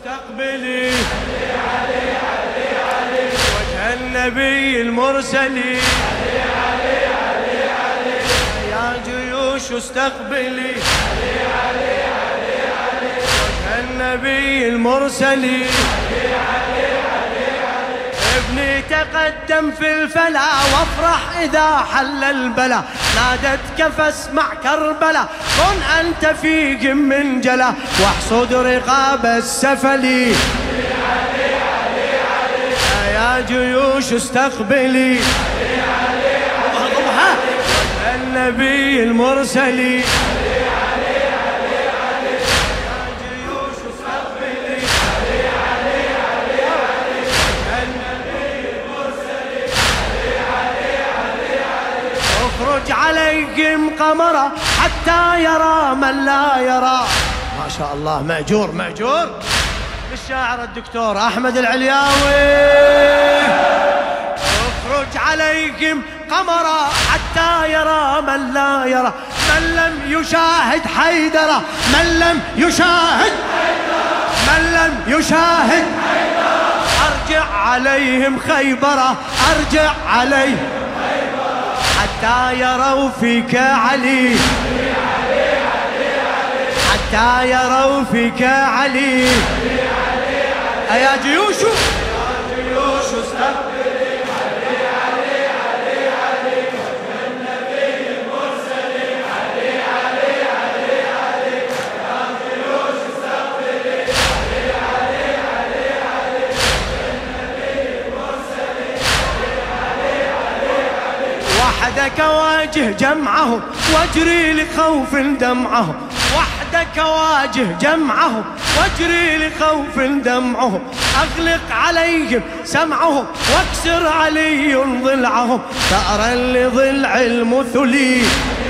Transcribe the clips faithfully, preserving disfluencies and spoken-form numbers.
استقبلي وجه النبي المرسل، يا جيوش استقبلي وجه النبي المرسل. ابني تقدم في الفلا وافرح إذا حل البلا، نادتك فاسمع كربلا، كن أنت في قم جلا واحصد رقاب السفل. يا جيوش استقبلي النبي المرسل، عليكم قمرا حتى يرى من لا يرى. ما شاء الله، مأجور مأجور للشاعر الدكتور أحمد العلياوي. اخرج عليكم قمرا حتى يرى من لا يرى، من لم يشاهد حيدرة، من لم يشاهد حيدرة، من لم يشاهد حيدرة. أرجع عليهم خيبرة، أرجع عليهم حتى يروا فيك علي، حتى يروا فيك علي. يا جيوش يا جيوش استقبلي علي علي علي علي وجه النبي المرسل، علي علي علي علي. يا جيوش استقبلي علي علي علي علي وجه النبي المرسل، علي علي علي. وحدك واجه جمعهم واجري لخوف دمعهم، وحدك واجه جمعهم واجري لخوف دمعهم. أغلق عليهم سمعهم واكسر علي ضلعهم، ثأرا لضلع المثلي،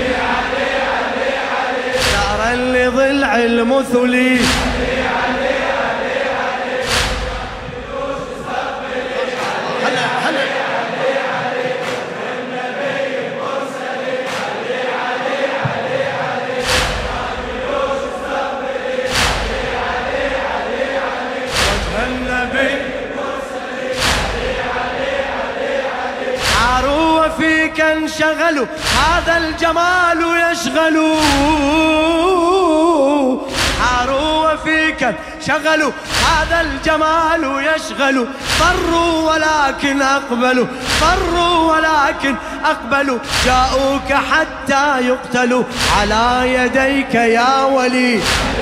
ثأرا لضلع المثلي. فيك انشغلوا هذا الجمال يشغلوا، حاروا وفيك انشغلوا هذا الجمال يشغلوا. فروا ولكن أقبلوا، فروا ولكن أقبلوا. جاءوك حتى يقتلوا على يديك يا ولي،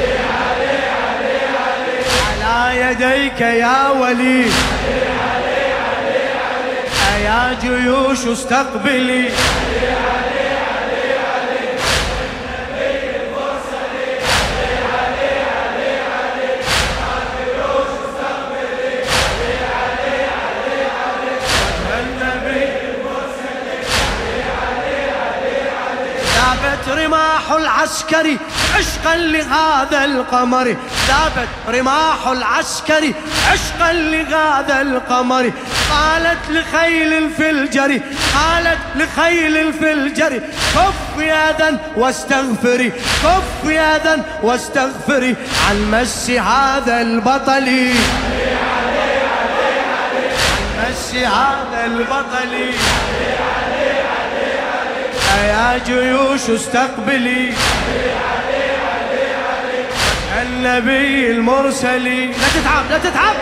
على يديك يا ولي. يا جيوش استقبلي علي علي علي علي النبي المرسل، علي علي علي علي. يا جيوش استقبلي علي علي علي علي النبي المرسل، علي علي علي علي. ذابت رماح العسكري عشقا لهذا القمر، ذابت رماح العسكري عشقا لهذا القمر. قالت لخيل الفلجر، قالت لخيل الفلجر كف يدا واستغفري، كف يدا واستغفري عن مس هذا البطل، عن مس هذا البطل. يا جيوش استقبلي النبي المرسل. لا تتعب لا تتعب.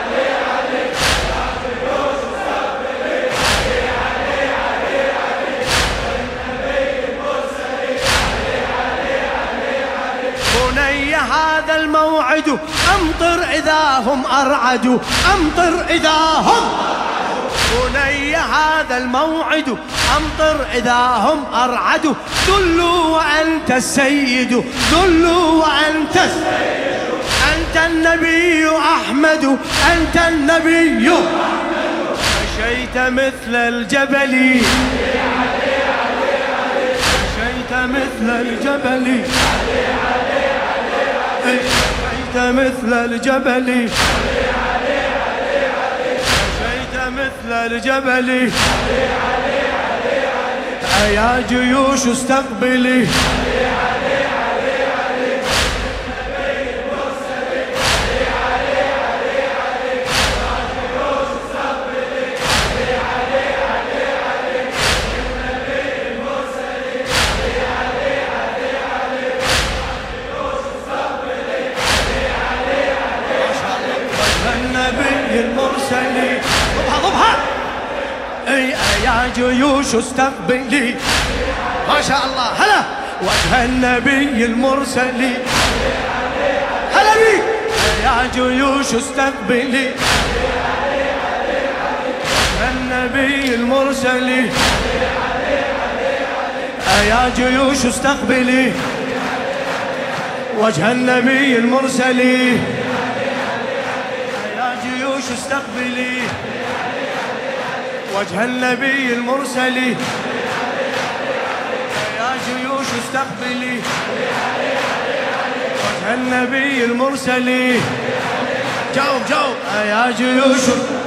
بني هذا الموعد أمطر إذا هم أرعدوا، أمطر إذا هم. بني هذا الموعد أمطر إذا هم أرعدوا. ذلوا وأنت السيد، ذلوا وأنت السيد. أنت النبي أحمد، أنت النبي أحمد. مشيت مثل الجبل، مشيت مثل الجبل، مشيت مثل الجبل، مشيت مثل الجبل. يا جيوش استقبلي يا جيوش استقبلي ما شاء الله هلا وجه النبي المرسل هلا بي يا جيوش استقبلي وجه النبي المرسل يا جيوش استقبلي وجه النبي المرسل يا جيوش استقبلي وجه النبي المرسل يا جيوش استقبلي وجه النبي المرسل جاوب جاوب يا جيوش